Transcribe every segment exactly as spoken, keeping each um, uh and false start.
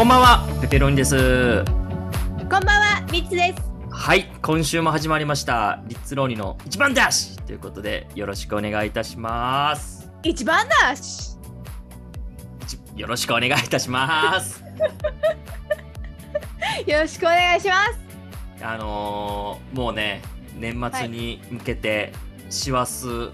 こんばんは、ペペロニです。 こんばんは、リッツです。 はい、今週も始まりましたリッツローニの一番ダッシュということで、よろしくお願いいたします。 一番ダッシュよろしくお願いいたしますよろしくお願いします。 あのー、もうね、年末に向けて師走、はい、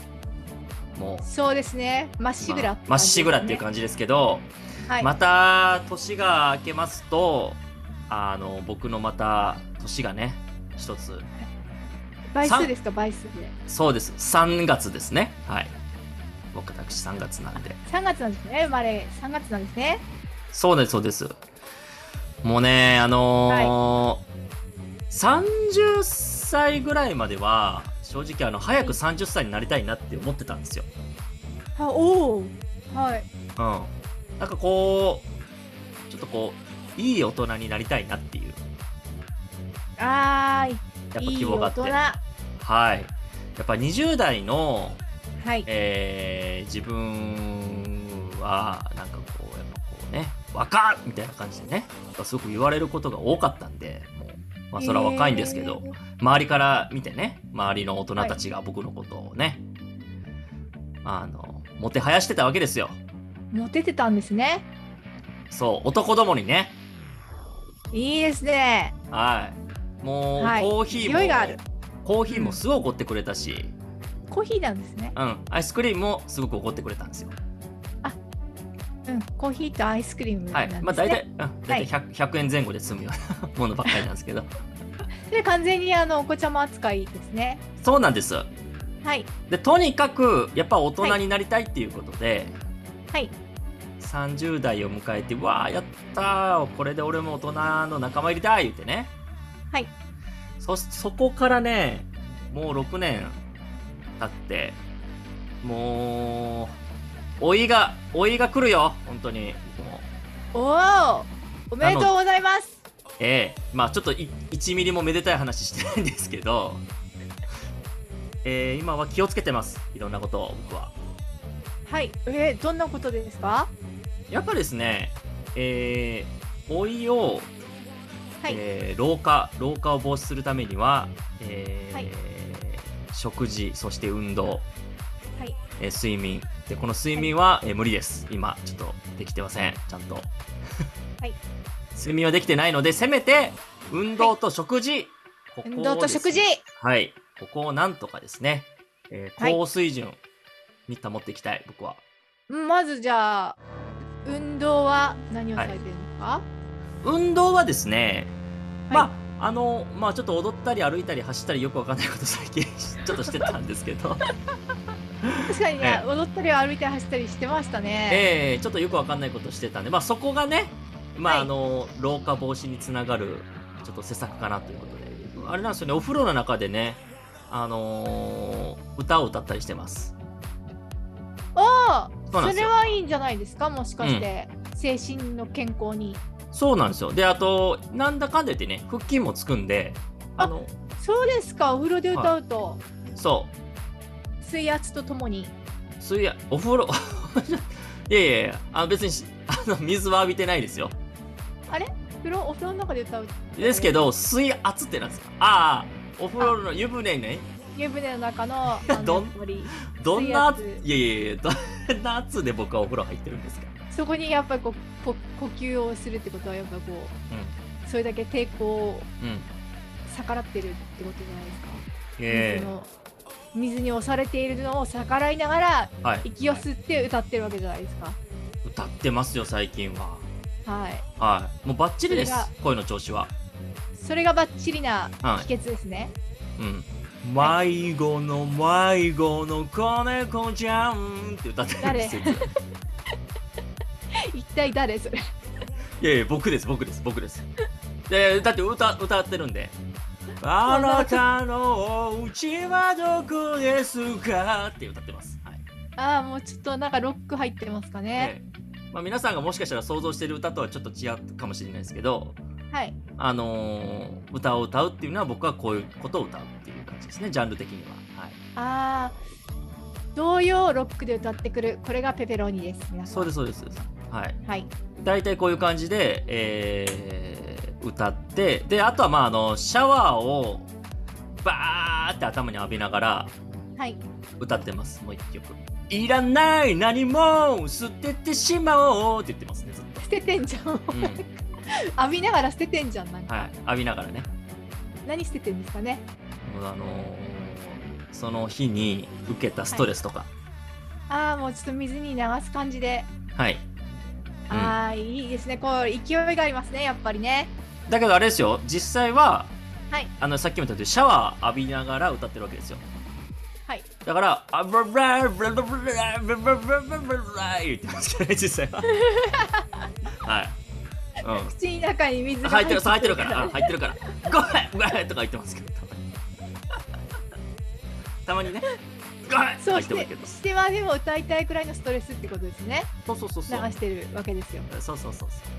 もうそうですね、まっしぐらまっしぐらっていう感じですけど、はい、また年が明けますと、あの僕のまた年がね、一つ倍数ですか？倍数で。 そうです、さんがつですね。はい、僕私さんがつなんで。 さんがつなんですね。生まれさんがつなんですね。 そうですそうです。もうね、あのーはい、さんじゅっさいぐらいまでは正直あの早くさんじゅっさいになりたいなって思ってたんですよ。 あ、おお、はい。 うん。なんかこうちょっとこういい大人になりたいなっていう。 あー、 やっぱ希望があって。 いい大人。 はい。やっぱにじゅう代の、 はい、 えー、自分はなんかこうやっぱこうね、若っみたいな感じでね、すごく言われることが多かったんで、もうまあそれは若いんですけど、えー、周りから見てね、周りの大人たちが僕のことをね、はい、あのもてはやしてたわけですよ。 モテてたんですね。 そう、男どもにね。 いいですね。 はい。もう、はい、コーヒーも勢いがある。 コーヒーもすごい怒ってくれたし、 うん、コーヒーなんですね。 うん、アイスクリームもすごく怒ってくれたんですよ。 あ、うん、コーヒーとアイスクリームなんですね。はい、まあ大体、うん、大体 ひゃく, ひゃくえん前後で済むようなものばっかりなんですけど。 で、完全にあのお子ちゃま扱いですね。 そうなんです。 はい。 で、とにかくやっぱ大人になりたいっていうことで、 はい。 さんじゅう代を迎えて、わーやったー、これで俺も大人の仲間入りだー言ってね。 はい。 そそこからね、もうろくねん経って、もう老いが老いが来るよ、本当に。 おお、おめでとうございます。 ええー、まあちょっといちミリもめでたい話してないんですけど、えー、今は気をつけてます、いろんなことを僕は。 はい、えー、どんなことですか？ やっぱですね、えー、老いを、はい、えー、老化老化を防止するためには、えーはい、食事、そして運動、はい、えー、睡眠で、この睡眠は、はい、えー、無理です。今ちょっとできてません、ちゃんと。はい、睡眠はできてないので、せめて運動と食事、はい、 ここ運動と食事、 はい、ここをなんとかですね、えー、高水準に保っていきたい、僕は。 まずじゃあ運動は何をされてるのか？はい、 運動はですね、はい、まああのまあちょっと踊ったり歩いたり走ったりよくわかんないこと最近ちょっとしてたんですけど確かにね、踊ったり歩いたり走ったりしてましたね。 ええー、ちょっとよくわかんないことしてたんで、まあそこがね、まあ、はい、あの老化防止につながるちょっと施策かなということで、あれなんですよね、お風呂の中でね、あのー、歌を歌ったりしてます。 ああ、それはいいんじゃないですか、もしかして、うん、精神の健康に。 そうなんですよ。で、あとなんだかんだ言ってね、腹筋もつくんで、 あのそうですか、お風呂で歌うと、はい、 そう水圧とともに水圧、お風呂いやいやいや、あの別にあの水は浴びてないですよ。 あれ風呂お風呂の中で歌うですけど、水圧ってなんですか？ああ、お風呂の湯船ね、 湯船の中のどんどんな、いやいやいや、どんな圧で僕はお風呂入ってるんですか？ そこにやっぱりこう呼吸をするってことはやっぱこう、うん、それだけ抵抗を逆らってるってことじゃないですか。 えー、 水の水に押されているのを逆らいながら、はい、息を吸って歌ってるわけじゃないですか。 歌ってますよ最近は。 はいはい、もうバッチリです、声の調子は。 それがバッチリな秘訣ですね。 はい、うん。迷子の迷子の子猫ちゃんって歌ってるんですよ。 一体誰それ？いやいや、僕です僕です僕です。でだって歌歌ってるんで、あなたのお家はどこですかって歌ってます。はい、 ああ、もうちょっとなんかロック入ってますかね。 ええ、まあ、皆さんがもしかしたら想像してる歌とはちょっと違うかもしれないですけど、 はい、 あのー、歌を歌うっていうのは僕はこういうことを歌うっていう感じですね、ジャンル的には。はい、 ああ、童謡ロックで歌ってくる、これがペペローニです。皆さん。 そうですそうです。はい。 はい。 大体こういう感じで、えー、歌って、であとはまああのシャワーをバーって頭に浴びながら歌ってます、はい、もう一曲。いらない何も捨ててしまおうって言ってますね、ずっと。 捨ててんじゃん、うん、浴びながら捨ててんじゃん、なんか。 はい、浴びながらね。 何捨ててんですかね。 あのー、その日に受けたストレスとか、はい、 ああ、もうちょっと水に流す感じで。 はい、 うん、ああ、いいですね。こう勢いがありますね、やっぱりね。 だけどあれですよ、実際は、 はい、 あのさっきも言ったようにシャワー浴びながら歌ってるわけですよ。 はい、 だから「あブラブラブラブラブラブラブラブラ」言ってますけどね、実際は。はい、 うん、口の中に水が入ってる、入ってるから、入ってるから「ごめんごめん」とか言ってますけど、たまにね。 そうしてしてはでも歌いたいくらいのストレスってことですね。 そうそうそうそう、 流してるわけですよ。 そうそうそうそう、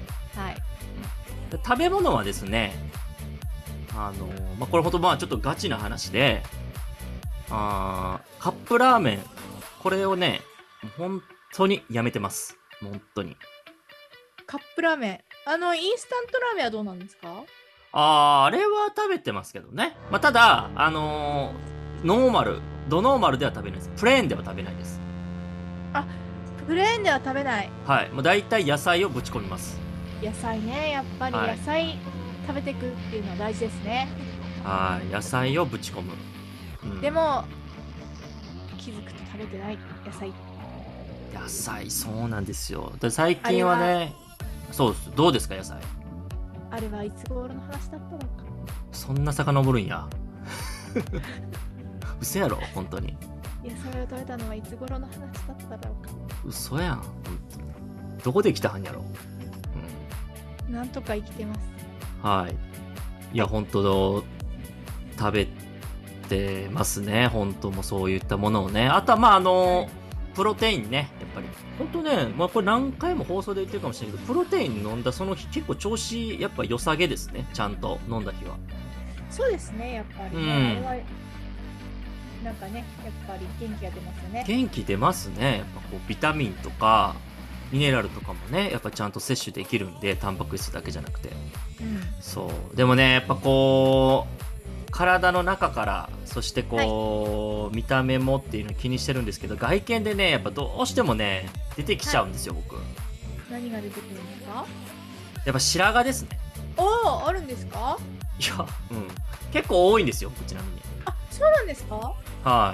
はい、 うん、食べ物はですね、あのー、まあこれほんとまあちょっとガチな話で、あカップラーメン、これをね本当にやめてます、本当に。 カップラーメン、あのインスタントラーメンはどうなんですか？ あー、あれは食べてますけどね。まあただあのー、ノーマルドノーマルでは食べないです。プレーンでは食べないです。 あ、プレーンでは食べない。 はい、もう大体野菜をぶち込みます。 野菜ね、やっぱり野菜、はい、食べていくっていうのは大事ですね。 はい、野菜をぶち込む、 うん、でも気づくと食べてない野菜。 野菜、そうなんですよ。で最近はね、そうです。どうですか野菜。 あれはいつ頃の話だったのか。 そんな遡るんや。嘘やろ本当に。 野菜を食べたのはいつ頃の話だっただろうか。 嘘やん本当に。どこで来たはんやろ。 うん、なんとか生きてます。 はい。いや本当食べてますね。本当もそういったものをね。あとはまああのプロテインね、やっぱり本当ね、まあこれ何回も放送で言ってるかもしれないけど、プロテイン飲んだその日結構調子やっぱ良さげですね。ちゃんと飲んだ日は。 そうですね、やっぱりね。うん、あれはなんかね、やっぱり元気が出ますよね。 元気出ますね。やっぱこうビタミンとかミネラルとかもね、やっぱちゃんと摂取できるんで、タンパク質だけじゃなくて、うん、そうでもね、やっぱこう体の中から、そしてこう、はい、見た目もっていうのを気にしてるんですけど、外見でねやっぱどうしてもね出てきちゃうんですよ、はい、僕。 何が出てくるんですか？ やっぱ白髪ですね。 おお、あるんですか？ いや、うん、結構多いんですよ、ちなみに。 あ、そうなんですか？ はい。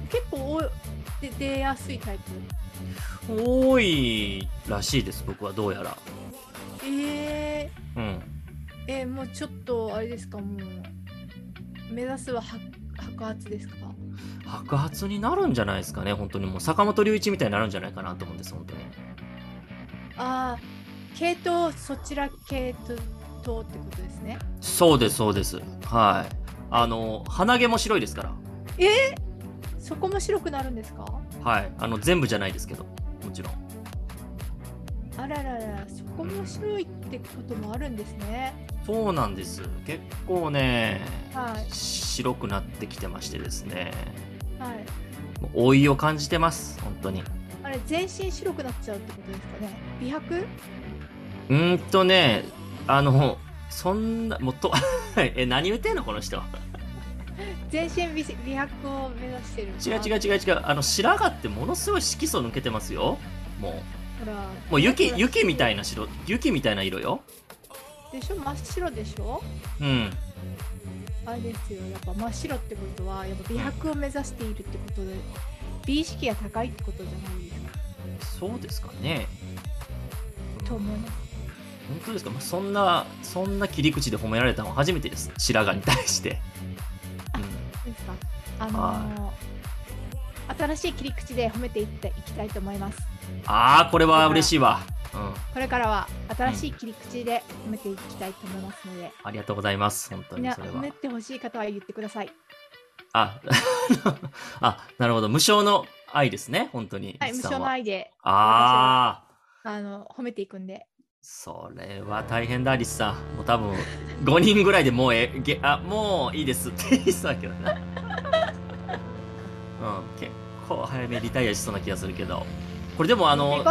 結構おで出やすいタイプ？多いらしいです、僕はどうやら。 えー、 うん。 えー、もうちょっとあれですか、もう目指すは白髪ですか？ 白髪になるんじゃないですかね、本当に。もう坂本龍一みたいになるんじゃないかなと思うんです、本当に。 ああ、系統、そちら系統ってことですね。 そうですそうです、はい。あの鼻毛も白いですから。 えー、そこも白くなるんですか？ はい、あの全部じゃないですけど、もちろん。 あららら、そこも白いってこともあるんですね。 そうなんです、結構ね、 はい、 白くなってきてましてですね、 はい、 もう老いを感じてます、本当に。 あれ、全身白くなっちゃうってことですかね。美白？ うーんとね、あのそんなもっとえ、何言ってんのこの人。 全身 美, 美白を目指してる。 違う違う違う違う、あの白髪ってものすごい色素抜けてますよ。もうほら、 もう雪雪みたいな白、雪みたいな色よ。 でしょ、真っ白でしょ。 うん。 あれですよ、やっぱ真っ白ってことはやっぱ美白を目指しているってことで、美意識が高いってことじゃないですか。 そうですかね。 と思います。 本当ですか。まあ、そんなそんな切り口で褒められたのは初めてです、白髪に対して。 あ、うん、ですか。あのー、新しい切り口で褒めていっていきたいと思います。 ああ、これは嬉しいわ。うん、 これからは新しい切り口で褒めていきたいと思いますので、うん、 ありがとうございます。本当にそれは。 褒めてほしい方は言ってください。 ああ、なるほど、無償の愛ですね、本当に。 はい、無償の愛で。 ああ、あの褒めていくんで。 それは大変だ、リスさん。もう多分ごにんぐらいでもうえげあもういいですって言いそうだけどな。うん、結構早めリタイアしそうな気がするけど、これでもあの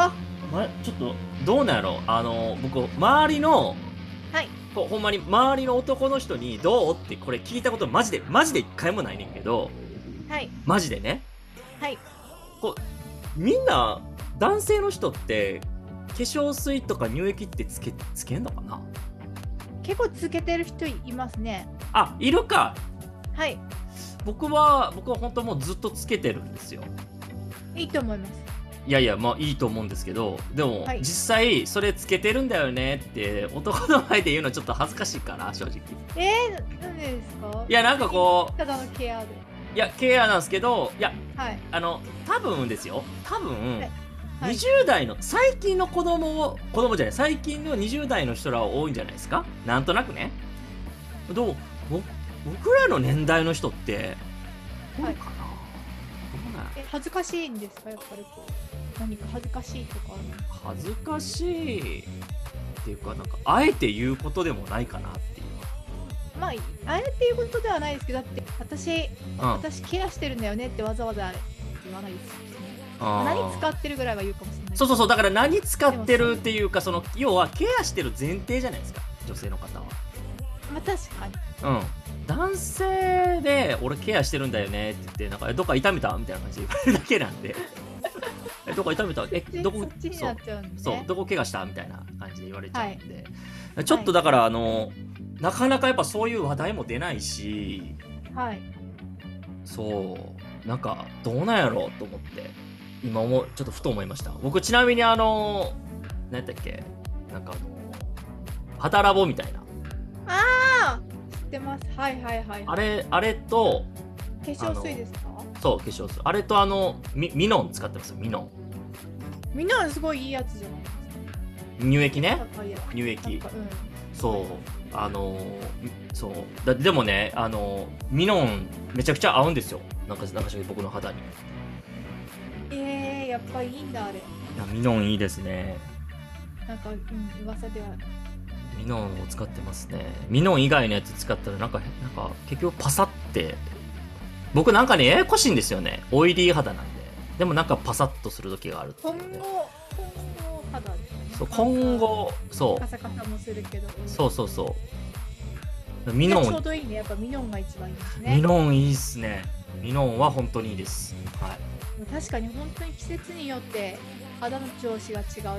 ま、ちょっとどうなんやろ、あの僕周りの、 はい、 ほほんまに周りの男の人にどうってこれ聞いたことマジでマジで一回もないねんけど、 はい、 マジでね、 はい。 こうみんな男性の人って化粧水とか乳液ってつけつけんのかな。 結構つけてる人いますね。 あ、いるか。 はい。 僕は僕は本当もうずっとつけてるんですよ。 いいと思います。 いやいや、まあいいと思うんですけど、でも、 はい、 実際それつけてるんだよねって男の前で言うのちょっと恥ずかしいかな、正直。 えー、なんでですか？ いや、なんかこう、 ただのケアで。 いやケアなんですけど、いや、 はい、 あの多分ですよ、多分、 はい、 にじゅう代の最近の子供を子供じゃない最近のにじゅう代の人らは多いんじゃないですか、なんとなくね。どうぼ僕らの年代の人ってどうかな、 はい。 どうなんえ、恥ずかしいんですか？やっぱりこう何か恥ずかしいとかあるんですか？ 恥ずかしいっていうか、なんかあえて言うことでもないかなっていう。 まあ、あえていうことではないですけど、だって私、 うん、 私ケアしてるんだよねってわざわざ言わないですよね。 あ何使ってるぐらいは言うかもしれない。 そうそうそう、だから何使ってるっていうか、その要はケアしてる前提じゃないですか、女性の方は。 まあ確かに。 うん、男性で俺ケアしてるんだよねって言って、なんかえどっか痛めたみたいな感じで言われるだけなんでえどっか痛めた、えどこ、 そっちになっちゃうんで、ね、 そうどこ怪我したみたいな感じで言われちゃうんで、はい、ちょっとだから、あのなかなかやっぱそういう話題も出ないし、 はい、 そうなんかどうなんやろうと思って今思うちょっとふと思いました。僕ちなみにあの何やったっけ、なんかあの肌ラボみたいな、 ああ知ってます。はいはいはい、はい、 あれあれと化粧水ですか？ そう化粧水、あれとあのミミノン使ってますよ。ミノンみんなすごいいいやつじゃないですか。 乳液ね、乳なん液、 か、うん、 そうあのそうだでもね、あのミノンめちゃくちゃ合うんですよ、なんかなんかしら僕の肌に。 えー、やっぱいいんだあれ。 いやミノンいいですね。 なんか、うん、噂では。 ミノンを使ってますね。ミノン以外のやつ使ったらなんかなんか結局パサって僕なんかねややこしいんですよね、オイリー肌なんで。でもなんかパサッとする時があるっていう今ので、 後今後肌ですね。 そう今後そうカサカサもするけど、 そうそうそうミミノンちょうノンどいいね。やっぱミノンが一番いいですね。 ミノンいいっすね。ミノンは本当にいいです。はい。 確かに本当に季節によって肌の調子が違うし、 はい。 あの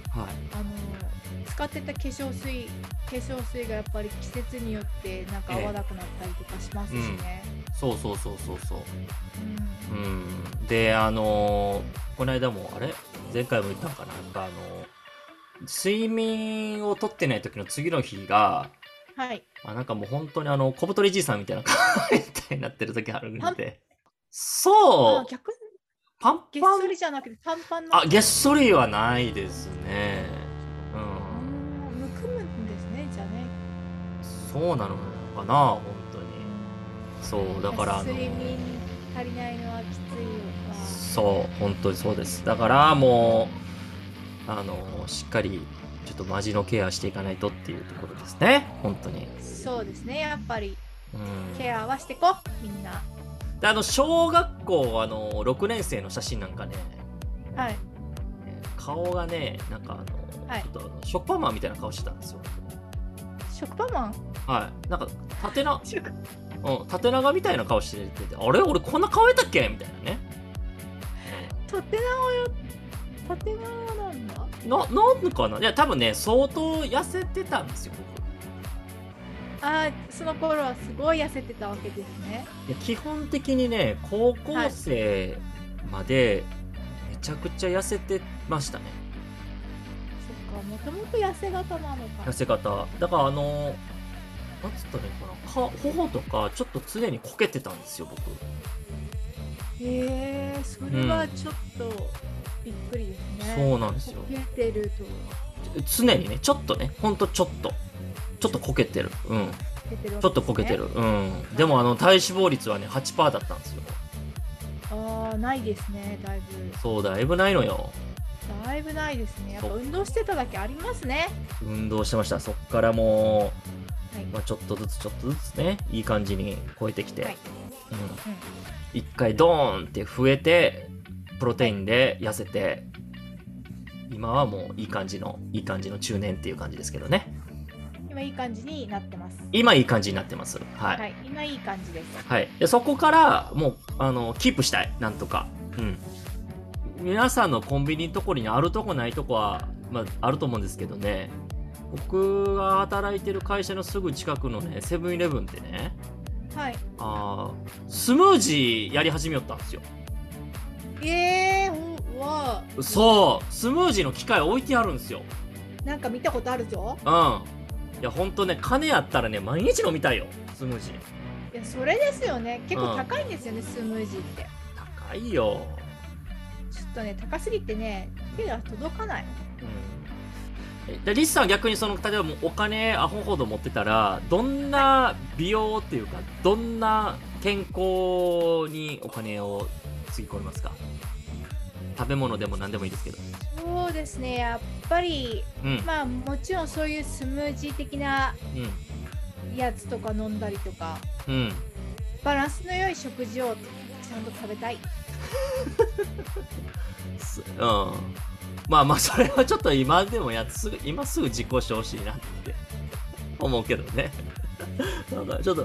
使ってた化粧水化粧水がやっぱり季節によってなんか合わなくなったりとかしますしね。 うん、そうそうそうそうそう。 うん。 うん。で、あのー、この間もあれ前回も言ったのかな。やっぱあのー、睡眠をとってない時の次の日が、 はい。 あなんかもう本当にあの小太りじいさんみたいな感じみたいになってる時あるんで。そう。 あ、逆にパンパン。 げっそりじゃなくてパンパンの。 あ、げっそりはないですね。 うん。むくむんですね、じゃあね。 そうなのかな、本当に。そうだからあの睡眠足りないのはきついわ。 そう本当にそうです。だからもうあのしっかりちょっとマジのケアしていかないとっていうところですね、本当に。 そうですね、やっぱり、 うん、 ケアはしてこみんな。 であの小学校あのろくねん生の写真なんかね、 はい、 顔がねなんかあの、はい、ちょっとあの食パンマンみたいな顔してたんですよ。 食パンマン、 はいなんか縦なうん、縦長みたいな顔してて、あれ俺こんな顔やったっけみたいなね。 縦長よ、縦長なんだ。 な、なんかな、いや多分ね相当痩せてたんですよ僕。ああ、その頃はすごい痩せてたわけですね。 いや基本的にね高校生までめちゃくちゃ痩せてましたね。 そっか、もともと痩せ型なのか。 痩せ型だからあのなんつったらいいかな、か頬とかちょっと常にこけてたんですよ僕。 へえ、それはちょっとびっくりですね。 そうなんですよ。 こけてると常にねちょっとねほんとちょっとちょっとこけてる、うん、ちょっとこけてる、うん。でもあの体脂肪率はね はちパーセント だったんですよ。 ああ、ないですね、だいぶ。 そうだいぶないのよ。 だいぶないですね。やっぱ運動してただけありますね。 運動してました。そっからもう、 はい、 まあ、ちょっとずつちょっとずつねいい感じに超えてきて、はい、うん、うん、一回ドーンって増えてプロテインで痩せて、 今はもういい感じのいい感じの中年っていう感じですけどね。 今いい感じになってます。 今いい感じになってます。はい。 はい、今いい感じです。 はい。でそこからもうあのキープしたい、なんとか。うん。皆さんのコンビニのところにあるとこないとこは、まあ、あると思うんですけどね。僕が働いてる会社のすぐ近くのね、セブンイレブンってね、 はい。 あスムージーやり始めよったんですよ。 えー、わそう、スムージーの機械置いてあるんですよ。 なんか見たことあるぞ。 うん。いや、ほんとね、金やったらね、毎日飲みたいよ、スムージー。 いや、それですよね。結構高いんですよね、うん、スムージーって。 高いよ。 ちょっとね、高すぎてね、手が届かない。 うん。でリスさんは逆にその例えばもうお金アホほど持ってたらどんな美容っていうかどんな健康にお金をつぎ込みますか？食べ物でも何でもいいですけど。 そうですね、やっぱり、うん、まあもちろんそういうスムージー的なやつとか飲んだりとか、うん、バランスの良い食事をちゃんと食べたい。 うん、まあまあそれはちょっと今でもやってすぐ今すぐ実行してほしいなって思うけどね。なんかちょっと、うん、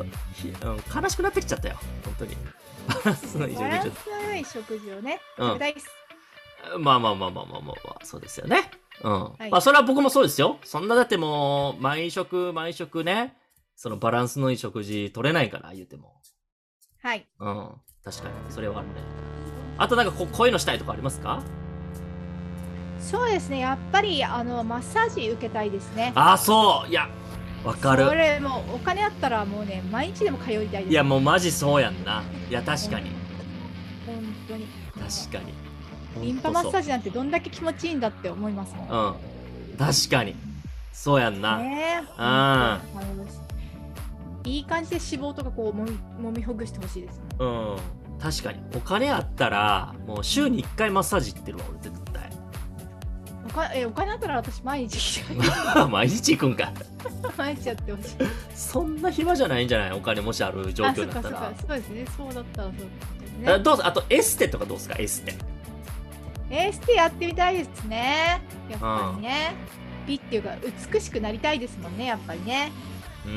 悲しくなってきちゃったよ本当に。 バランスの良い食事をね、食べたいです。 うん、まあまあまあまあまあまあ、まあ、そうですよね。うん。はい、まあそれは僕もそうですよ。そんなだってもう毎食毎食ね、そのバランスのいい食事取れないから言うても。 はい。 うん。確かにそれはあるね。あとなんかここういうのしたいとかありますか？ そうですね。やっぱりあのマッサージ受けたいですね。 ああそういやわかる。 それもうお金あったらもうね毎日でも通いたいです。 いやもうマジそうやんな。いや確かに。 本当に。 確かに。 リンパマッサージなんてどんだけ気持ちいいんだって思いますもん。 うん。確かに。そうやんな。 ねえ。あいい感じで脂肪とかこうもみもみほぐしてほしいです、ね。 うん。確かに。お金あったらもう週にいっかいマッサージ行ってるわ俺絶対。 おかえお金あったら私毎日行きたい。 毎日行くんか。 毎日やってほしい。 そんな暇じゃないんじゃない？お金もしある状況だったら。 そうですね。そうだったらそうですね。どうあとエステとかどうですか？エステ。 エステやってみたいですね。やっぱりね。美っていうか美しくなりたいですもんね。やっぱりね。 うん。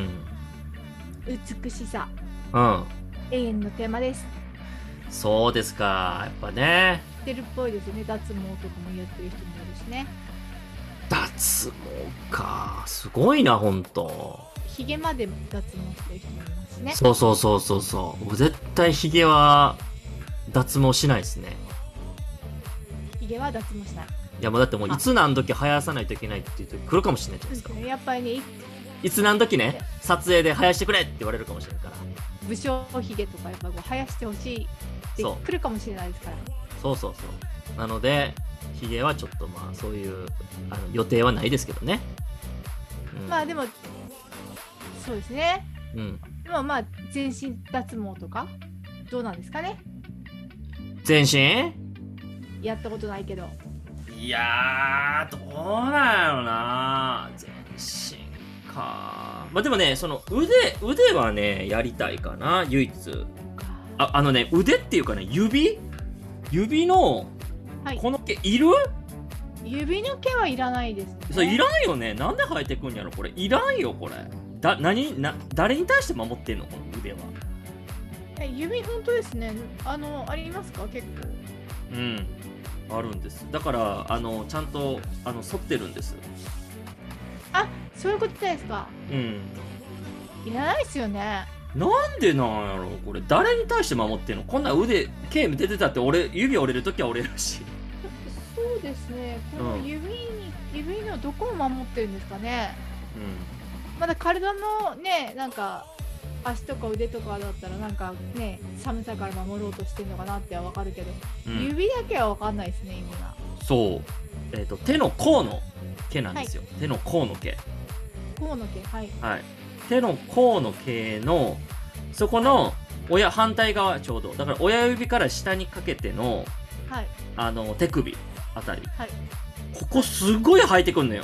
美しさ。 うん。 永遠のテーマです。 そうですか。やっぱね。 てるっぽいですよね。脱毛とかもやってる人もいるしね。 脱毛か。すごいな、ほんと。 ヒゲまで脱毛してる人もいますね。 そうそうそうそうそう。絶対ヒゲは脱毛しないですね。 ヒゲは脱毛しない。 いやもうだってもういつ何時生やさないといけないっていう時来るかもしれないじゃないですか。 やっぱりね、 いつ何時ね、撮影で生やしてくれって言われるかもしれないから。 武将ヒゲとかやっぱこう生やしてほしいって来るかもしれないですから。 そうそうそう。なのでヒゲはちょっとまあそういうあの予定はないですけどね。 うん、まあでもそうですね。 うん。 でもまあ全身脱毛とかどうなんですかね。 全身？ やったことないけど。 いやーどうなんやろな。全身か。まあでもねその腕腕はねやりたいかな唯一。ああのね腕っていうかね指指のこの毛いる？ 指の毛はいらないですね。 そういらんよね。なんで生えてくんやろこれ。いらんよこれ。だ何な誰に対して守ってんのこの腕は。 え指本当ですね。あのありますか結構。 うんあるんです。だからあのちゃんとあの反ってるんです。 あそういうことですか。 うんいらないですよね。 なんでなんやろこれ。誰に対して守ってんの？こんな腕毛出てたって俺指折れるときは折れるし。 そうですね。この指に、うん、指のどこを守ってるんですかね。うん。まだ体のねなんか足とか腕とかだったらなんかね寒さから守ろうとしてるのかなってはわかるけど、うん、指だけはわかんないですね意味が。 そう。えっ、ー、と手の甲の毛なんですよ。はい、手の甲の毛。 甲の毛はいはい。手の甲の毛のそこの親反対側ちょうどだから親指から下にかけての、はい、あの手首あたり、はい、ここすごい生えてくんのよ。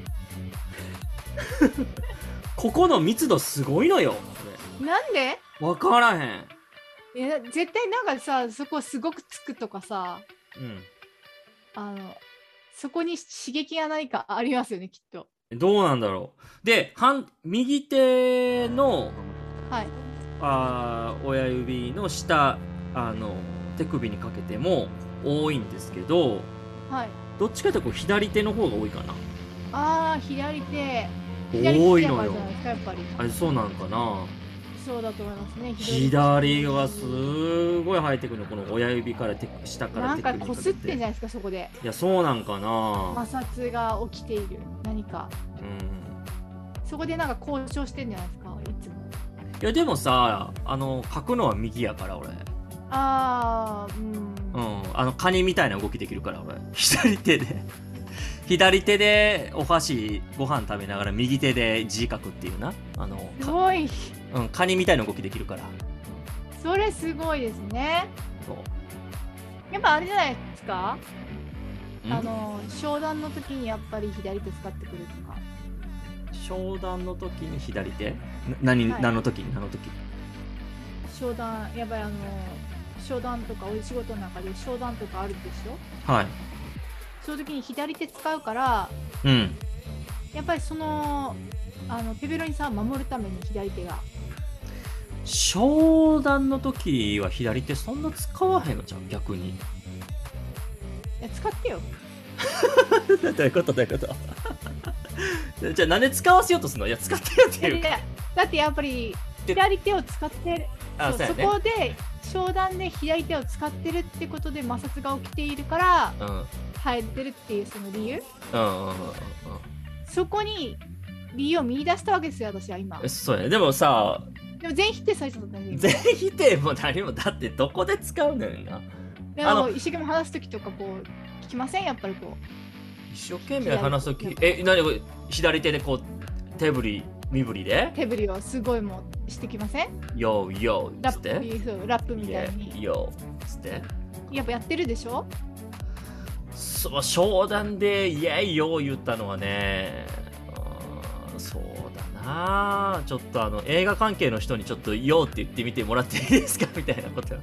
ここの密度すごいのよ。 なんで？ 分からへん。 いや絶対なんかさそこすごくつくとかさ、 うん、 あのそこに刺激が何かありますよね、きっと。 どうなんだろう。で、半右手の、 はい、 あ親指の下、あの手首にかけても多いんですけど、 はい、 どっちかというとこう左手の方が多いかな。 ああ、左手。 多いのよ。 やっぱり。 あれ、そうなのかな。 そうだと思いますね。 左がすごい生えてくるの、この親指から手下から手首にかけて。 なんかこすってんじゃないですか、そこで。 いや、そうなんかな。 摩擦が起きている何か。うん。そこでなんか交渉してんじゃないですか、いつも。 いや、でもさ、あの書くのは右やから俺。 ああ、うん。 うん、あのカニみたいな動きできるから俺。左手で左手でお箸ご飯食べながら右手で字書くっていうな、あのすごい、 うん、カニみたいな動きできるから、 うん、それすごいですね。 そうやっぱあれじゃないですか、あの商談の時にやっぱり左手使ってくるとか。 商談の時に左手何、はい、何の時に何の時商談、やっぱりあの商談とかお仕事の中で商談とかあるでしょ。 はい。 その時に左手使うから、 うん、 やっぱりそのあのペペロニさんを守るために左手が。 商談の時は左手そんな使わへんのじゃん、逆に。いや、使ってよ。 どういうことどういうことじゃあなんで使わせようとするの。いや、使ってよっていうか。 だってやっぱり左手を使ってる。 あ、 そ, そう、ね、そこで商談で左手を使ってるってことで摩擦が起きているから、うん、生えてるっていうその理由、うんうんうんうん、そこに理由を見出したわけですよ、私は今。 そうやね。でもさ、 でも全否定されちゃったね。 全否定も何も、だってどこで使うのよな。 でも一生懸命話すときとかこう聞きません、やっぱりこう。 一生懸命話すとき、え、何これ左手でこう手振り身振りで手振りをすごいもうしてきません？ ヨーヨーっつってラップ、そう、ラップみたいにヨーっつってやっぱやってるでしょ。 そう、商談でイエイヨー言ったのはね、うん、そうだな。ちょっとあの映画関係の人にちょっとヨーって言ってみてもらっていいですかみたいなこと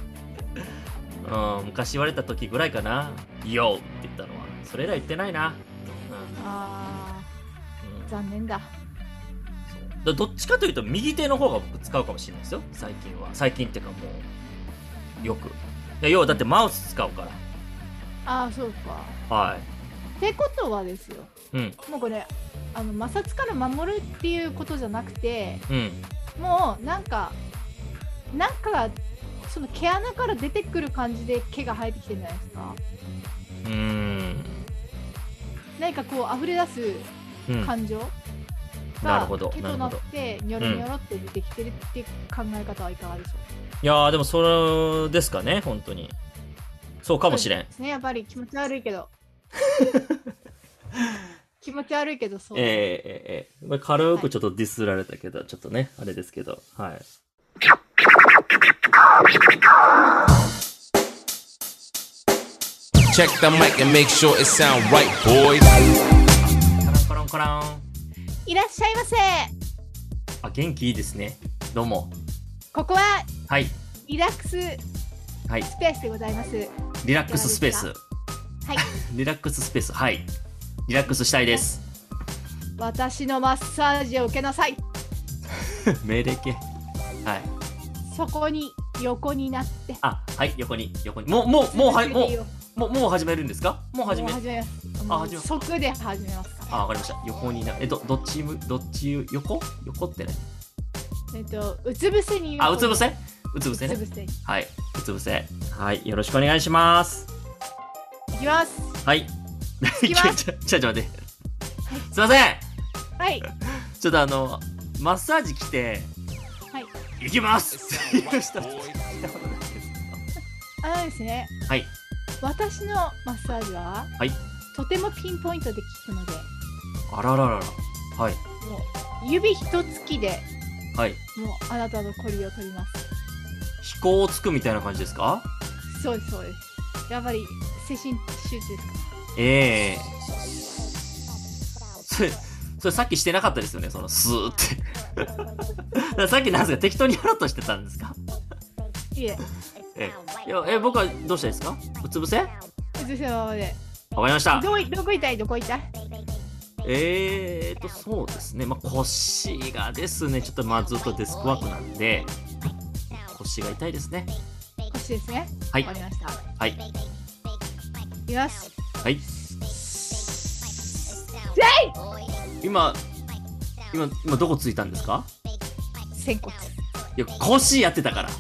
うん、昔言われた時ぐらいかな、ヨーって言ったのは。それ以来言ってないな、うん、 あー、うん、残念だ。 どっちかというと右手の方が僕使うかもしれないですよ、最近は。最近っていうかもうよく。いや、要はだってマウス使うから。 ああ、そうか。 はい。 ってことはですよ、うん、もうこれあの摩擦から守るっていうことじゃなくて、うん、もうなんかなんかその毛穴から出てくる感じで毛が生えてきてるんじゃないですか。 うーん、 何かこう溢れ出す感情、うん、 なるほど、 毛となってニョロニョロって出てきてるっていう考え方はいかがでしょう。 いやー、でもそれですかね、本当にそうかもしれんですね。やっぱり気持ち悪いけど気持ち悪いけどそう。 えー、えー、えー、軽くちょっとディスられたけど、はい、ちょっとねあれですけど、はい。 Check the mic and make sure it sound right, boys. コロンコロンコロン。 いらっしゃいませ。 あ、元気いいですね。どうも。 ここは、 はい、 リラックススペースでございます。はい、 リラックススペース。 はい。 リラックススペース。はい。リラックスしたいです。 私のマッサージを受けなさい。 命令系。はい。 そこに横になって。 あ、はい、横に横に。もうもうもうはいもうもうもう始めるんですか？もう始め。 もう始めます。あ、始めます。即で始めますから。 あ、わかりました。横にな。えどどっちどっち横？横ってね。 えっとうつ伏せに。 あ、うつ伏せ？うつ伏せね。 うつ伏せ。 はい、うつ伏せ。はい、よろしくお願いします。 いきます。 はい。 いきます。 ちょちょっと待って。すいません。 はい。 ちょっとあのマッサージ来て。 はい。 行きます。 あのですね。 はい。 私のマッサージは、 はい、 とてもピンポイントで効くので。 あらららら。はい。 もう指一つきで。 はい。 もうあなたのコリを取ります。 飛行をつくみたいな感じですか？ そうですそうです。やっぱり精神集中ですか？ ええー。それそれさっきしてなかったですよね、そのスーってさっきなんですか、適当にやろうとしてたんですか？ いえ。 ええ、いや、え僕はどうしたらいいですか？うつ伏せ？うつ伏せのままで。 わかりました。 どこどこ痛いどこ痛い？ えーとそうですね、まあ、腰がですねちょっとまあずっとデスクワークなんで腰が痛いですね。 腰ですね。 はい。 わかりました。 はい。 いきます。 はい。 せい。 今今今どこついたんですか？ 仙骨。 いや腰やってたから。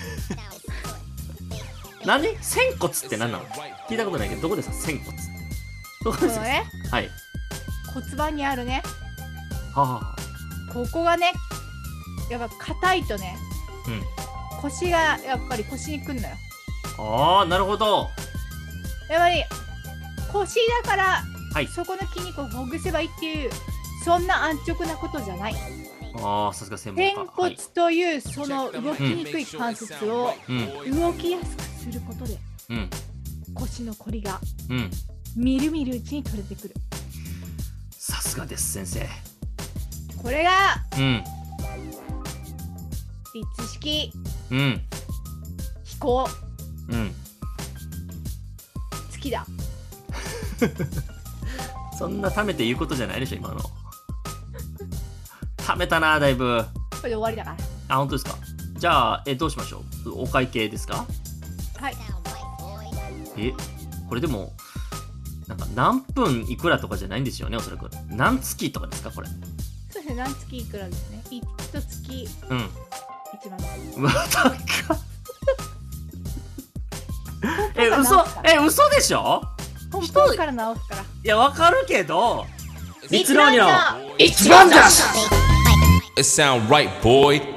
何？仙骨って何なの？聞いたことないけどどこですか仙骨？どこですか？ ね、 はい。 骨盤にあるね。 はあ、はあ、 ここがねやっぱ硬いとね、 うん、 腰がやっぱり腰にくんのよ。 ああなるほど。 やっぱり腰だから、 はい、 そこの筋肉をほぐせばいいっていうそんな安直なことじゃない。 ああさすが専門家。 仙骨というその動きにくい関節を動きやすくすることで、 うん、 腰のこりが、 うん、 みるみるうちに取れてくる。 さすがです先生。 これが、 うん、 リッツ式、 うん、 飛行、 うん、 月だ。 そんなためて言うことじゃないでしょ今の。ためたなだいぶ。 これで終わりだから。 あ本当ですか。じゃあえどうしましょう。お会計ですか？ はい。 えこれでもなんか何分いくらとかじゃないんですよねおそらく。何月とかですかこれ？ そうですね、何月いくらですね。いち月うんいちまんえん。 うわ高っ。え嘘え嘘でしょ？ 本当から直すから。 いやわかるけど蜜ろうにの一番だ。 It sound right, boy.